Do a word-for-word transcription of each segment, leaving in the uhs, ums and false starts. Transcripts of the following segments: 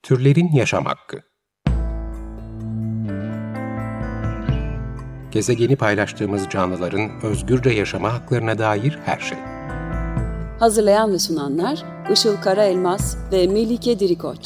Türlerin yaşam hakkı. Gezegeni paylaştığımız canlıların özgürce yaşama haklarına dair her şey. Hazırlayan ve sunanlar Işıl Karaelmaz ve Melike Dirikoç.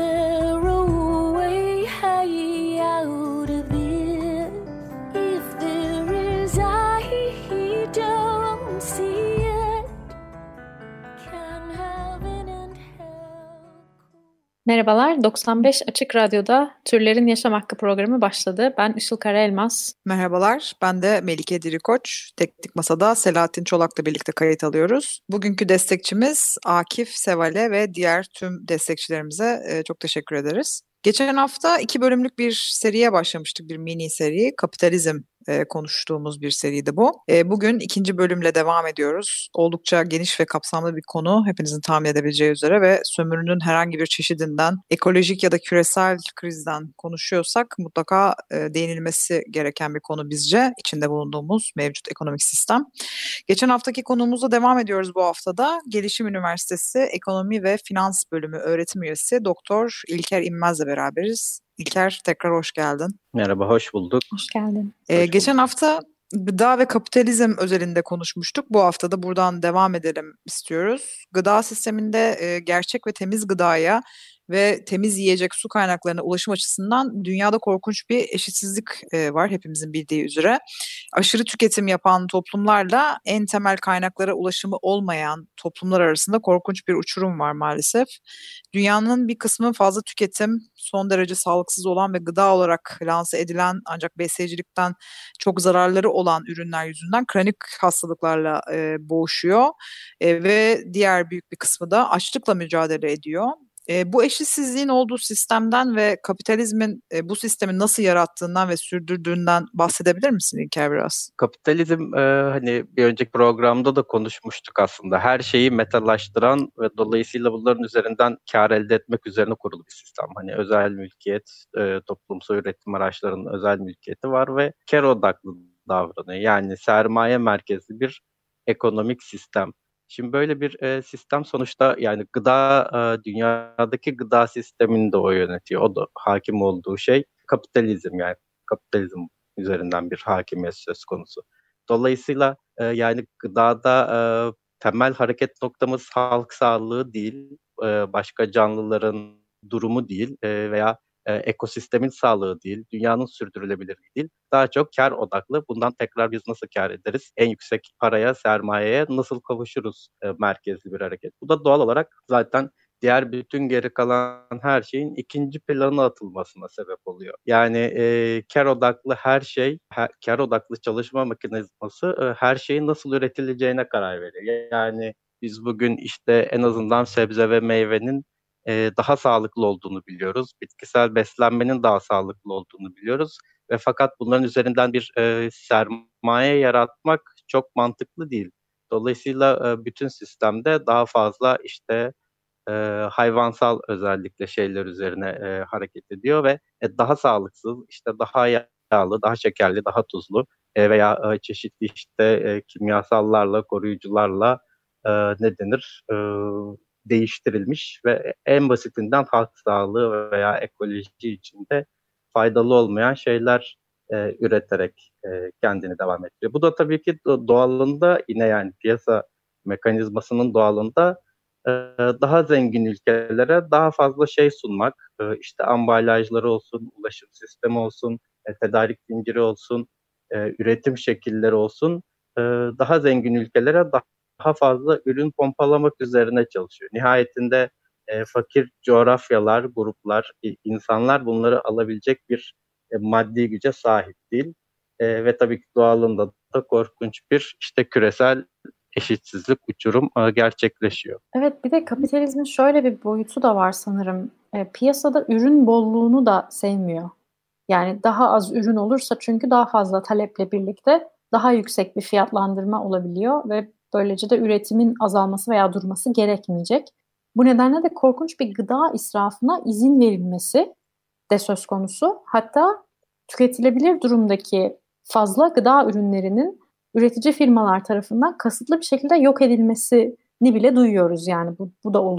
Merhabalar, doksan beş Açık Radyo'da Türlerin Yaşam Hakkı programı başladı. Ben Işıl Karaelmaz. Merhabalar, ben de Melike Dirikoç. Teknik Masa'da Selahattin Çolak'la birlikte kayıt alıyoruz. Bugünkü destekçimiz Akif Seval'e ve diğer tüm destekçilerimize çok teşekkür ederiz. Geçen hafta iki bölümlük bir seriye başlamıştık, bir mini seri. Kapitalizm e, konuştuğumuz bir seriydi bu. E, bugün ikinci bölümle devam ediyoruz. Oldukça geniş ve kapsamlı bir konu, hepinizin tahmin edebileceği üzere ve sömürünün herhangi bir çeşidinden, ekolojik ya da küresel krizden konuşuyorsak mutlaka e, değinilmesi gereken bir konu bizce, içinde bulunduğumuz mevcut ekonomik sistem. Geçen haftaki konuğumuzla devam ediyoruz bu haftada. Gelişim Üniversitesi Ekonomi ve Finans Bölümü öğretim üyesi Doktor İlker İnmez'le beraberiz. İlker, tekrar hoş geldin. Merhaba, hoş bulduk. Hoş geldin. Ee, hoş geçen bulduk. hafta gıda ve kapitalizm özelinde konuşmuştuk. Bu hafta da buradan devam edelim istiyoruz. Gıda sisteminde e, gerçek ve temiz gıdaya ve temiz yiyecek su kaynaklarına ulaşım açısından dünyada korkunç bir eşitsizlik e, var hepimizin bildiği üzere. Aşırı tüketim yapan toplumlarla en temel kaynaklara ulaşımı olmayan toplumlar arasında korkunç bir uçurum var maalesef. Dünyanın bir kısmı fazla tüketim, son derece sağlıksız olan ve gıda olarak lanse edilen ancak besleyicilikten çok zararları olan ürünler yüzünden kronik hastalıklarla e, boğuşuyor e, ve diğer büyük bir kısmı da açlıkla mücadele ediyor. E, bu eşitsizliğin olduğu sistemden ve kapitalizmin e, bu sistemi nasıl yarattığından ve sürdürdüğünden bahsedebilir misin İlker biraz? Kapitalizm e, hani bir önceki programda da konuşmuştuk aslında. Her şeyi metalaştıran ve dolayısıyla bunların üzerinden kar elde etmek üzerine kurulu bir sistem. Hani özel mülkiyet, e, toplumsal üretim araçlarının özel mülkiyeti var ve kar odaklı davranıyor. Yani sermaye merkezli bir ekonomik sistem. Şimdi böyle bir e, sistem sonuçta yani gıda e, dünyadaki gıda sistemini de o yönetiyor. O da hakim olduğu şey kapitalizm, yani kapitalizm üzerinden bir hakimiyet söz konusu. Dolayısıyla e, yani gıdada e, temel hareket noktamız halk sağlığı değil, e, başka canlıların durumu değil e, veya e, ekosistemin sağlığı değil, dünyanın sürdürülebilirliği değil. Daha çok kar odaklı. Bundan tekrar biz nasıl kar ederiz? En yüksek paraya, sermayeye nasıl kavuşuruz e, merkezli bir hareket. Bu da doğal olarak zaten diğer bütün geri kalan her şeyin ikinci plana atılmasına sebep oluyor. Yani e, kar odaklı her şey, her, kar odaklı çalışma mekanizması e, her şeyin nasıl üretileceğine karar veriyor. Yani biz bugün işte en azından sebze ve meyvenin e, daha sağlıklı olduğunu biliyoruz. Bitkisel beslenmenin daha sağlıklı olduğunu biliyoruz. Ve fakat bunların üzerinden bir e, sermaye yaratmak çok mantıklı değil. Dolayısıyla e, bütün sistemde daha fazla işte e, hayvansal özellikle şeyler üzerine e, hareket ediyor ve e, daha sağlıksız, işte daha yağlı, daha şekerli, daha tuzlu e, veya e, çeşitli işte e, kimyasallarla, koruyucularla e, ne denir e, değiştirilmiş ve en basitinden halk sağlığı veya ekoloji içinde faydalı olmayan şeyler e, üreterek e, kendini devam ettiriyor. Bu da tabii ki doğalında yine yani piyasa mekanizmasının doğalında e, daha zengin ülkelere daha fazla şey sunmak, e, işte ambalajları olsun, ulaşım sistemi olsun, e, tedarik zinciri olsun, e, üretim şekilleri olsun, e, daha zengin ülkelere daha daha fazla ürün pompalamak üzerine çalışıyor. Nihayetinde e, fakir coğrafyalar, gruplar, e, insanlar bunları alabilecek bir e, maddi güce sahip değil. E, ve tabii ki doğalında da korkunç bir işte küresel eşitsizlik, uçurum e, gerçekleşiyor. Evet, bir de kapitalizmin şöyle bir boyutu da var sanırım. E, piyasada ürün bolluğunu da sevmiyor. Yani daha az ürün olursa çünkü daha fazla taleple birlikte daha yüksek bir fiyatlandırma olabiliyor ve böylece de üretimin azalması veya durması gerekmeyecek. Bu nedenle de korkunç bir gıda israfına izin verilmesi de söz konusu. Hatta tüketilebilir durumdaki fazla gıda ürünlerinin üretici firmalar tarafından kasıtlı bir şekilde yok edilmesini bile duyuyoruz, yani bu, bu da oluyor.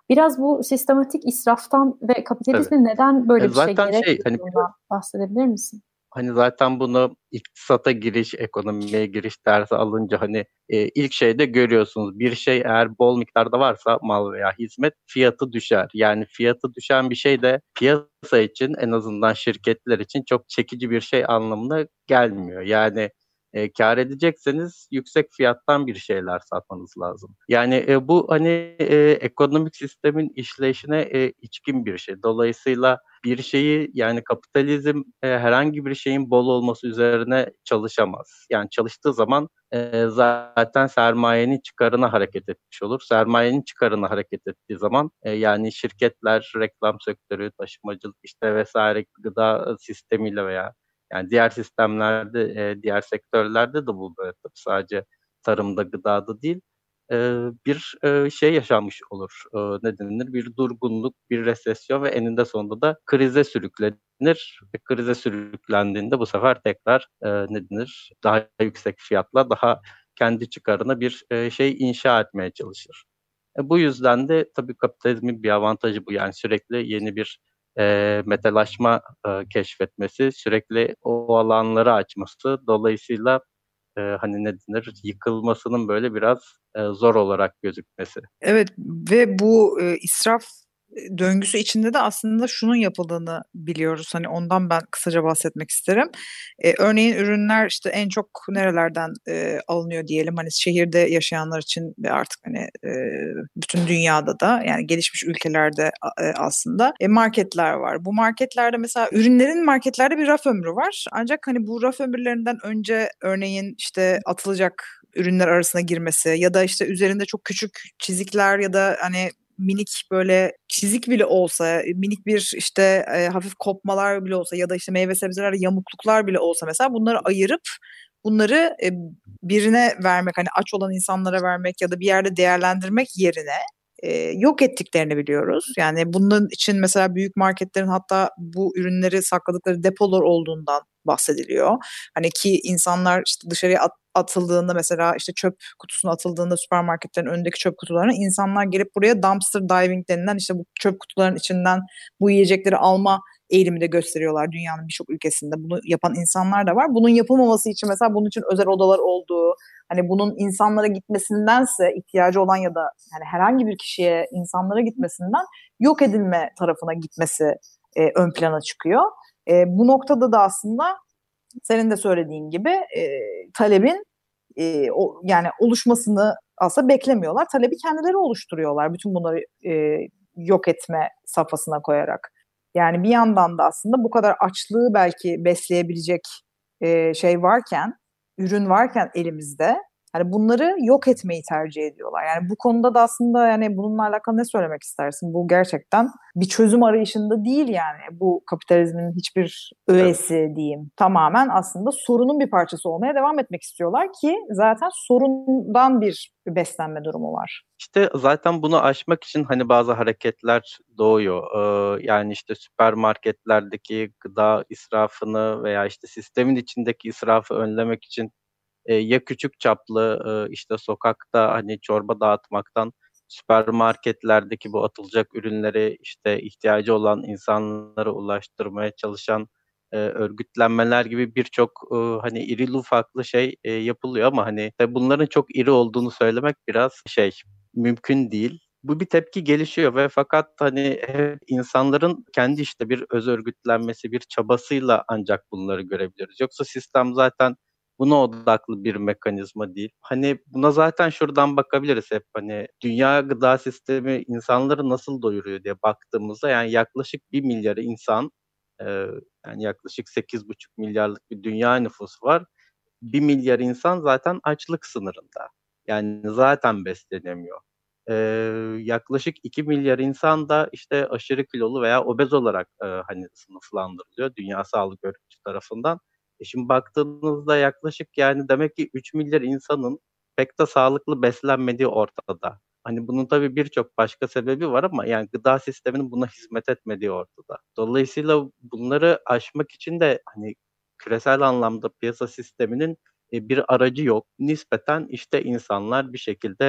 Biraz bu sistematik israftan ve kapitalizmin evet. neden böyle e bir şey zaten gerektirdiğinden şey, hani, bahsedebilir misin? Hani zaten bunu iktisata giriş, ekonomiye giriş dersi alınca hani e, ilk şeyde görüyorsunuz. Bir şey eğer bol miktarda varsa, mal veya hizmet, fiyatı düşer. Yani fiyatı düşen bir şey de piyasa için, en azından şirketler için çok çekici bir şey anlamına gelmiyor. Yani e, kar edecekseniz yüksek fiyattan bir şeyler satmanız lazım. Yani e, bu hani e, ekonomik sistemin işleyişine e, içkin bir şey. Dolayısıyla bir şeyi, yani kapitalizm e, herhangi bir şeyin bol olması üzerine çalışamaz. Yani çalıştığı zaman e, zaten sermayenin çıkarına hareket etmiş olur. Sermayenin çıkarına hareket ettiği zaman e, yani şirketler, reklam sektörü, taşımacılık işte vesaire, gıda sistemiyle veya yani diğer sistemlerde, e, diğer sektörlerde de bu böyle, tabii sadece tarımda, gıdada değil. E, bir e, şey yaşanmış olur. E, ne denir? Bir durgunluk, bir resesyon ve eninde sonunda da krize sürüklenir. Ve krize sürüklendiğinde bu sefer tekrar e, ne denir? Daha yüksek fiyatla, daha kendi çıkarına bir e, şey inşa etmeye çalışır. E, bu yüzden de tabii kapitalizmin bir avantajı bu. Yani sürekli yeni bir e, metalaşma e, keşfetmesi, sürekli o alanları açması. Dolayısıyla e, hani ne denir? Yıkılmasının böyle biraz e, zor olarak gözükmesi. Evet ve bu e, israf döngüsü içinde de aslında şunun yapıldığını biliyoruz. Hani ondan ben kısaca bahsetmek isterim. E, örneğin ürünler işte en çok nerelerden e, alınıyor diyelim. Hani şehirde yaşayanlar için ve artık hani e, bütün dünyada da, yani gelişmiş ülkelerde e, aslında e, marketler var. Bu marketlerde mesela ürünlerin marketlerde bir raf ömrü var. Ancak hani bu raf ömürlerinden önce örneğin işte atılacak ürünler arasına girmesi ya da işte üzerinde çok küçük çizikler ya da hani minik böyle çizik bile olsa, minik bir işte e, hafif kopmalar bile olsa ya da işte meyve sebzeler yamukluklar bile olsa mesela bunları ayırıp bunları e, birine vermek, hani aç olan insanlara vermek ya da bir yerde değerlendirmek yerine e, yok ettiklerini biliyoruz. Yani bunun için mesela büyük marketlerin hatta bu ürünleri sakladıkları depolar olduğundan bahsediliyor. Hani ki insanlar işte dışarıya at, atıldığında, mesela işte çöp kutusuna atıldığında süpermarketlerin önündeki çöp kutularına insanlar gelip buraya dumpster diving denilen işte bu çöp kutuların içinden bu yiyecekleri alma eğilimi de gösteriyorlar dünyanın birçok ülkesinde. Bunu yapan insanlar da var. Bunun yapılmaması için mesela bunun için özel odalar olduğu, hani bunun insanlara gitmesindense ihtiyacı olan ya da yani herhangi bir kişiye, insanlara gitmesinden yok edilme tarafına gitmesi e, ön plana çıkıyor. E, bu noktada da aslında senin de söylediğin gibi e, talebin e, o, yani oluşmasını aslında beklemiyorlar. Talebi kendileri oluşturuyorlar. Bütün bunları e, yok etme safhasına koyarak. Yani bir yandan da aslında bu kadar açlığı belki besleyebilecek e, şey varken, ürün varken elimizde, hani bunları yok etmeyi tercih ediyorlar. Yani bu konuda da aslında yani bununla alakalı ne söylemek istersin? Bu gerçekten bir çözüm arayışında değil yani. Bu kapitalizmin hiçbir öğesi evet. diyeyim. Tamamen aslında sorunun bir parçası olmaya devam etmek istiyorlar ki zaten sorundan bir beslenme durumu var. İşte zaten bunu aşmak için hani bazı hareketler doğuyor. Ee, yani işte süpermarketlerdeki gıda israfını veya işte sistemin içindeki israfı önlemek için e, ya küçük çaplı e, işte sokakta hani çorba dağıtmaktan süpermarketlerdeki bu atılacak ürünleri işte ihtiyacı olan insanlara ulaştırmaya çalışan e, örgütlenmeler gibi birçok e, hani irili ufaklı şey e, yapılıyor ama hani bunların çok iri olduğunu söylemek biraz şey mümkün değil. Bu bir tepki gelişiyor ve fakat hani hep insanların kendi işte bir öz örgütlenmesi, bir çabasıyla ancak bunları görebiliriz. Yoksa sistem zaten buna odaklı bir mekanizma değil. Hani buna zaten şuradan bakabiliriz hep, hani dünya gıda sistemi insanları nasıl doyuruyor diye baktığımızda yani yaklaşık bir milyar insan, e, yani yaklaşık sekiz buçuk milyarlık bir dünya nüfusu var. Bir milyar insan zaten açlık sınırında. Yani zaten beslenemiyor. Ee, yaklaşık iki milyar insan da işte aşırı kilolu veya obez olarak e, hani sınıflandırılıyor Dünya Sağlık Örgütü tarafından. E şimdi baktığınızda yaklaşık yani demek ki üç milyar insanın pek de sağlıklı beslenmediği ortada. Hani bunun tabii birçok başka sebebi var ama yani gıda sisteminin buna hizmet etmediği ortada. Dolayısıyla bunları aşmak için de hani küresel anlamda piyasa sisteminin e, bir aracı yok. Nispeten işte insanlar bir şekilde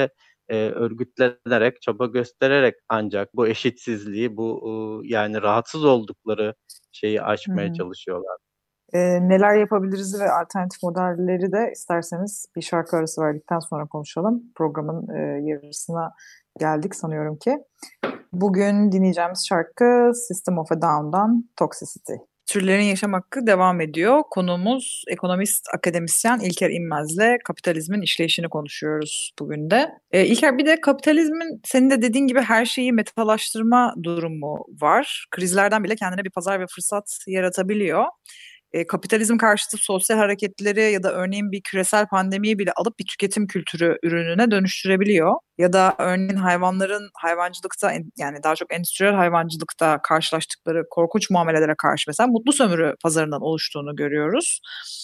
e, örgütlenerek, çaba göstererek ancak bu eşitsizliği, bu e, yani rahatsız oldukları şeyi aşmaya Hı hı. çalışıyorlar. E, neler yapabiliriz ve alternatif modelleri de isterseniz bir şarkı arası verdikten sonra konuşalım. Programın e, yarısına geldik sanıyorum ki. Bugün dinleyeceğimiz şarkı System of a Down'dan Toxicity. Türlerin Yaşam Hakkı devam ediyor. Konuğumuz ekonomist akademisyen İlker İnmez'le kapitalizmin işleyişini konuşuyoruz bugün de. Ee, İlker, bir de kapitalizmin senin de dediğin gibi her şeyi metalaştırma durumu var. Krizlerden bile kendine bir pazar ve fırsat yaratabiliyor. E, kapitalizm karşıtı sosyal hareketleri ya da örneğin bir küresel pandemiyi bile alıp bir tüketim kültürü ürününe dönüştürebiliyor. Ya da örneğin hayvanların hayvancılıkta, yani daha çok endüstriyel hayvancılıkta karşılaştıkları korkunç muamelelere karşı mesela mutlu sömürü pazarından oluştuğunu görüyoruz.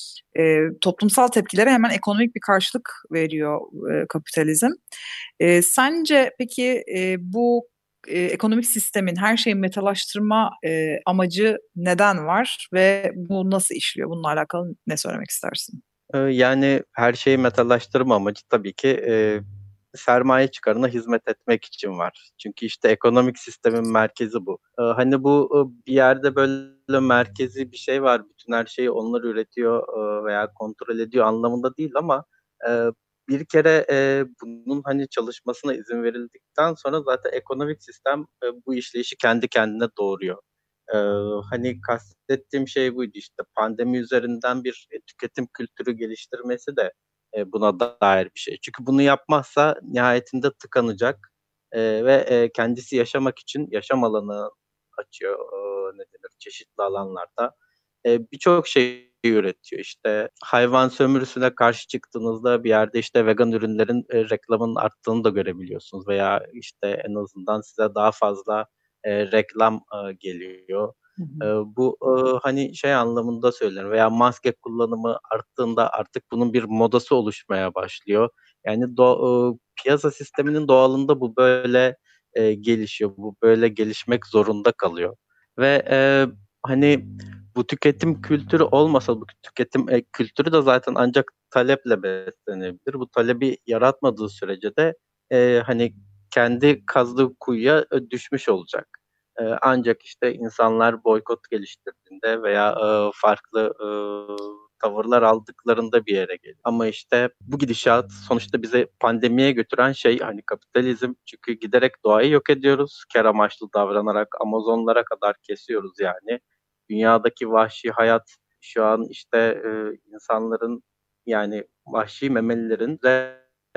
E, toplumsal tepkilere hemen ekonomik bir karşılık veriyor e, kapitalizm. E, sence peki e, bu e, ekonomik sistemin her şeyi metalaştırma e, amacı neden var ve bu nasıl işliyor? Bununla alakalı ne söylemek istersin? Ee, Yani her şeyi metalaştırma amacı tabii ki e, sermaye çıkarına hizmet etmek için var. Çünkü işte ekonomik sistemin merkezi bu. Ee, hani bu e, bir yerde böyle merkezi bir şey var. Bütün her şeyi onlar üretiyor e, veya kontrol ediyor anlamında değil ama e, bir kere e, bunun hani çalışmasına izin verildikten sonra zaten ekonomik sistem e, bu işleyişi kendi kendine doğuruyor. Ee, Hani kastettiğim şey buydu, işte pandemi üzerinden bir e, tüketim kültürü geliştirmesi de e, buna dair bir şey. Çünkü bunu yapmazsa nihayetinde tıkanacak e, ve e, kendisi yaşamak için yaşam alanı açıyor, e, ne denir, çeşitli alanlarda. E, birçok şey üretiyor. İşte hayvan sömürüsüne karşı çıktığınızda bir yerde işte vegan ürünlerin e, reklamının arttığını da görebiliyorsunuz veya işte en azından size daha fazla e, reklam e, geliyor. Hı E, hı. bu e, hani şey anlamında söylüyorum, veya maske kullanımı arttığında artık bunun bir modası oluşmaya başlıyor. Yani do- e, piyasa sisteminin doğalında bu böyle e, gelişiyor. Bu böyle gelişmek zorunda kalıyor. Ve e, hani bu tüketim kültürü olmasa, bu tüketim e, kültürü de zaten ancak taleple beslenebilir. Bu talebi yaratmadığı sürece de e, hani kendi kazdığı kuyuya e, düşmüş olacak. E, ancak işte insanlar boykot geliştirdiğinde veya e, farklı e, tavırlar aldıklarında bir yere geliyor. Ama işte bu gidişat sonuçta bize pandemiye götüren şey hani kapitalizm. Çünkü giderek doğayı yok ediyoruz. Kar amaçlı davranarak Amazonlara kadar kesiyoruz yani. Dünyadaki vahşi hayat şu an işte e, insanların, yani vahşi memelilerin de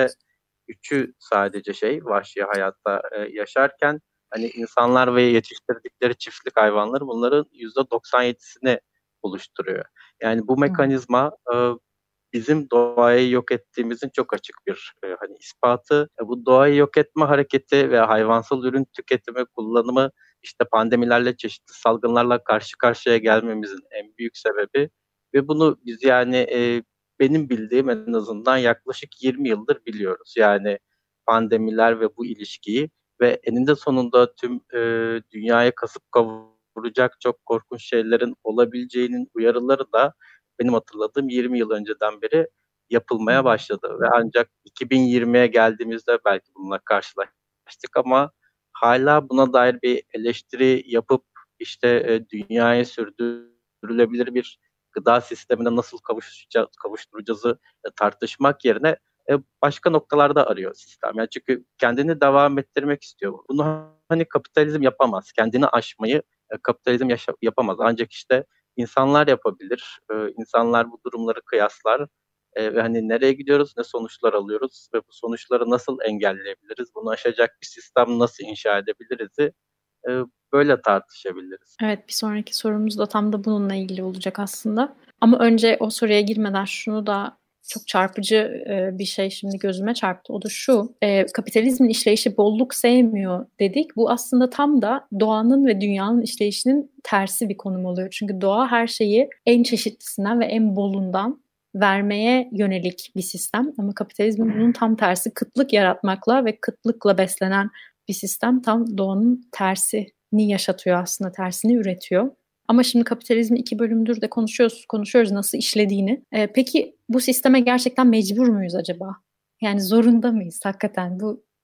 üçü sadece şey vahşi hayatta e, yaşarken hani insanlar ve yetiştirdikleri çiftlik hayvanları bunların yüzde doksan yedisini oluşturuyor. Yani bu mekanizma e, bizim doğayı yok ettiğimizin çok açık bir e, hani ispatı. E, bu doğayı yok etme hareketi ve hayvansal ürün tüketimi, kullanımı işte pandemilerle, çeşitli salgınlarla karşı karşıya gelmemizin en büyük sebebi ve bunu biz yani e, benim bildiğim en azından yaklaşık yirmi yıldır biliyoruz. Yani pandemiler ve bu ilişkiyi ve eninde sonunda tüm e, dünyaya kasıp kavuracak çok korkunç şeylerin olabileceğinin uyarıları da benim hatırladığım yirmi yıl önceden beri yapılmaya başladı. Ve ancak iki bin yirmiye geldiğimizde belki bununla karşılaştık ama hala buna dair bir eleştiri yapıp işte e, dünyaya sürdürülebilir bir gıda sistemine nasıl kavuşacağız, kavuşturacağızı e, tartışmak yerine e, başka noktalarda arıyor sistem. Yani çünkü kendini devam ettirmek istiyor. Bunu hani kapitalizm yapamaz. Kendini aşmayı e, kapitalizm yaşa- yapamaz. Ancak işte insanlar yapabilir. E, insanlar bu durumları kıyaslar e, ve hani nereye gidiyoruz, ne sonuçlar alıyoruz ve bu sonuçları nasıl engelleyebiliriz, bunu aşacak bir sistem nasıl inşa edebiliriz e, böyle tartışabiliriz. Evet, bir sonraki sorumuz da tam da bununla ilgili olacak aslında. Ama önce o soruya girmeden şunu da çok çarpıcı e, bir şey şimdi gözüme çarptı. O da şu, e, kapitalizmin işleyişi bolluk sevmiyor dedik. Bu aslında tam da doğanın ve dünyanın işleyişinin tersi bir konum oluyor. Çünkü doğa her şeyi en çeşitlisinden ve en bolundan vermeye yönelik bir sistem. Ama kapitalizmin bunun tam tersi, kıtlık yaratmakla ve kıtlıkla beslenen bir sistem, tam doğanın tersini yaşatıyor aslında, tersini üretiyor. Ama şimdi kapitalizmi iki bölümdür de konuşuyoruz, konuşuyoruz nasıl işlediğini. Ee, peki bu sisteme gerçekten mecbur muyuz acaba? Yani zorunda mıyız hakikaten? Bu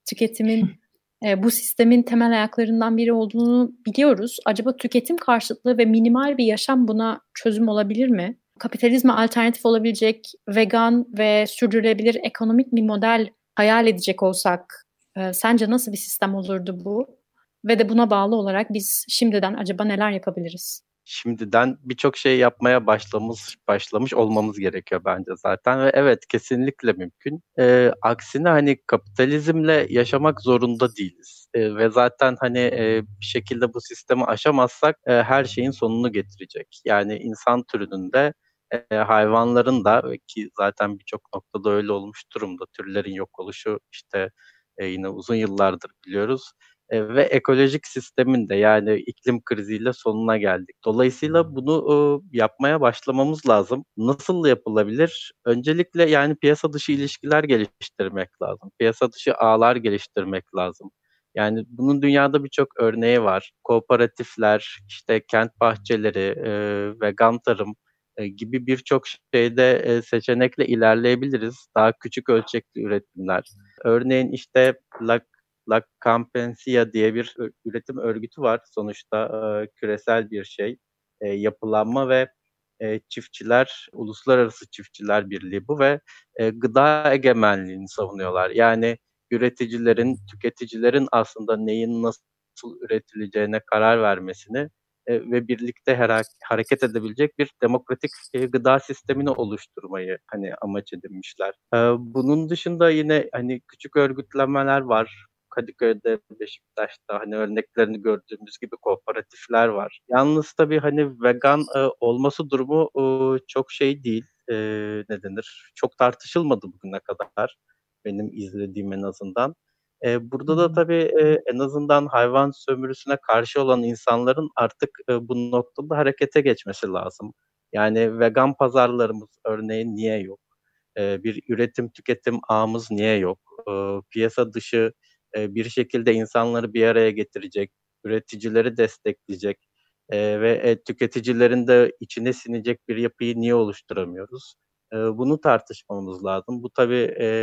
tüketimin e, bu sistemin temel ayaklarından biri olduğunu biliyoruz. Acaba tüketim karşıtlığı ve minimal bir yaşam buna çözüm olabilir mi? Kapitalizme alternatif olabilecek vegan ve sürdürülebilir ekonomik bir model hayal edecek olsak e, sence nasıl bir sistem olurdu bu? Ve de buna bağlı olarak biz şimdiden acaba neler yapabiliriz? Şimdiden birçok şey yapmaya başlamış başlamış olmamız gerekiyor bence zaten ve evet kesinlikle mümkün. Ee, aksine hani kapitalizmle yaşamak zorunda değiliz ee, ve zaten hani e, bir şekilde bu sistemi aşamazsak e, her şeyin sonunu getirecek. Yani insan türünün de e, hayvanların da ki zaten birçok noktada öyle olmuş durumda. Türlerin yok oluşu işte e, yine uzun yıllardır biliyoruz. E, ve ekolojik sistemin de yani iklim kriziyle sonuna geldik. Dolayısıyla bunu e, yapmaya başlamamız lazım. Nasıl yapılabilir? Öncelikle yani piyasa dışı ilişkiler geliştirmek lazım. Piyasa dışı ağlar geliştirmek lazım. Yani bunun dünyada birçok örneği var. Kooperatifler, işte kent bahçeleri, e, vegan tarım e, gibi birçok şeyde e, seçenekle ilerleyebiliriz. Daha küçük ölçekli üretimler. Örneğin işte La La Campencia diye bir üretim örgütü var. Sonuçta e, küresel bir şey. E, yapılanma ve e, çiftçiler, uluslararası çiftçiler birliği bu ve e, gıda egemenliğini savunuyorlar. Yani üreticilerin, tüketicilerin aslında neyin nasıl üretileceğine karar vermesini e, ve birlikte her, hareket edebilecek bir demokratik e, gıda sistemini oluşturmayı hani amaç edinmişler. E, bunun dışında yine hani küçük örgütlenmeler var. Kadıköy'de, Beşiktaş'ta hani örneklerini gördüğümüz gibi kooperatifler var. Yalnız tabii hani vegan e, olması durumu e, çok şey değil. E, ne denir? Çok tartışılmadı bugüne kadar. Benim izlediğim en azından. E, burada da tabii e, en azından hayvan sömürüsüne karşı olan insanların artık e, bu noktada harekete geçmesi lazım. Yani vegan pazarlarımız örneğin niye yok? E, bir üretim tüketim ağımız niye yok? E, piyasa dışı e, bir şekilde insanları bir araya getirecek, üreticileri destekleyecek e, ve e, tüketicilerin de içine sinecek bir yapıyı niye oluşturamıyoruz? E, bunu tartışmamız lazım. Bu tabii e,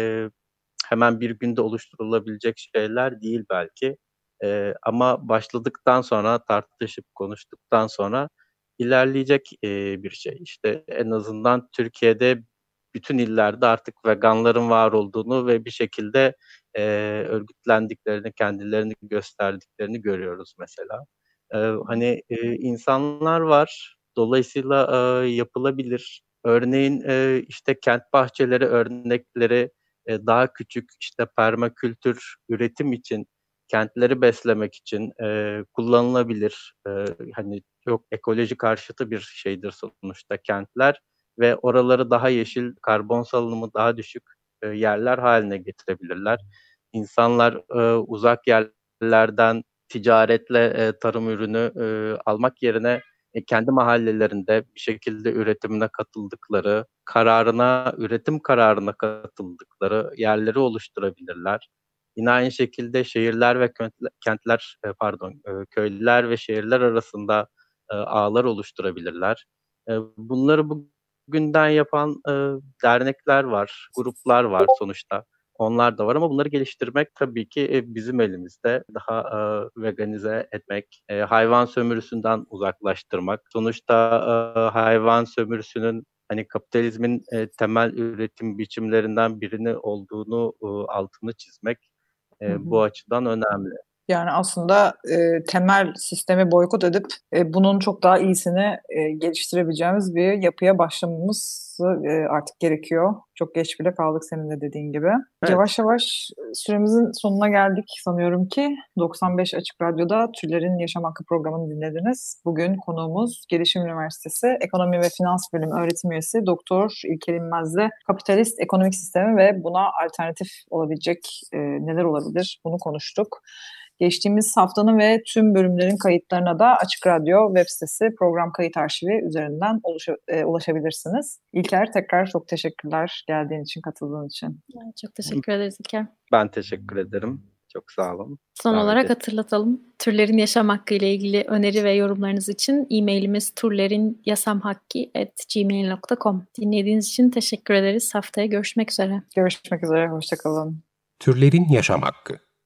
hemen bir günde oluşturulabilecek şeyler değil belki. E, ama başladıktan sonra, tartışıp konuştuktan sonra ilerleyecek e, bir şey. İşte en azından Türkiye'de bütün illerde artık veganların var olduğunu ve bir şekilde e, örgütlendiklerini, kendilerini gösterdiklerini görüyoruz mesela. E, hani e, insanlar var, dolayısıyla e, yapılabilir. Örneğin e, işte kent bahçeleri örnekleri e, daha küçük işte permakültür üretim için, kentleri beslemek için e, kullanılabilir. E, hani çok ekoloji karşıtı bir şeydir sonuçta kentler ve oraları daha yeşil, karbon salınımı daha düşük e, yerler haline getirebilirler. İnsanlar e, uzak yerlerden ticaretle e, tarım ürünü e, almak yerine e, kendi mahallelerinde bir şekilde üretimine katıldıkları, kararına, üretim kararına katıldıkları yerleri oluşturabilirler. Yine aynı şekilde şehirler ve kentler, pardon, köylüler ve şehirler arasında ağlar oluşturabilirler. Bunları bugünden yapan dernekler var, gruplar var sonuçta. Onlar da var ama bunları geliştirmek tabii ki bizim elimizde. Daha veganize etmek, hayvan sömürüsünden uzaklaştırmak. Sonuçta hayvan sömürüsünün hani kapitalizmin temel üretim biçimlerinden birini olduğunu altını çizmek e, bu açıdan önemli. Yani aslında e, temel sistemi boykot edip e, bunun çok daha iyisini e, geliştirebileceğimiz bir yapıya başlamamız e, artık gerekiyor. Çok geç bile kaldık senin de dediğin gibi. Evet. Yavaş yavaş süremizin sonuna geldik sanıyorum ki. doksan beş Açık Radyo'da Türlerin Yaşam Hakkı programını dinlediniz. Bugün konuğumuz Gelişim Üniversitesi Ekonomi ve Finans Bölümü öğretim üyesi Doktor İlker İnmez'le kapitalist ekonomik sistemi ve buna alternatif olabilecek e, neler olabilir bunu konuştuk. Geçtiğimiz haftanın ve tüm bölümlerin kayıtlarına da Açık Radyo web sitesi program kayıt arşivi üzerinden ulaşa, e, ulaşabilirsiniz. İlker tekrar çok teşekkürler geldiğin için, katıldığın için. Çok teşekkür ederiz İlker. Ben teşekkür ederim. Çok sağ olun. Son Davet olarak et. hatırlatalım. Türlerin yaşam hakkı ile ilgili öneri ve yorumlarınız için e-mailimiz turlerinyasamhakki at gmail nokta com. Dinlediğiniz için teşekkür ederiz. Haftaya görüşmek üzere. Görüşmek üzere. Hoşça kalın. Türlerin Yaşam Hakkı.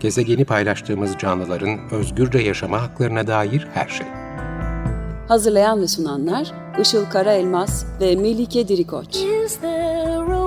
gezegeni paylaştığımız canlıların özgürce yaşama haklarına dair her şey. Hazırlayan ve sunanlar Işıl Karaelmaz ve Melike Dirikoç.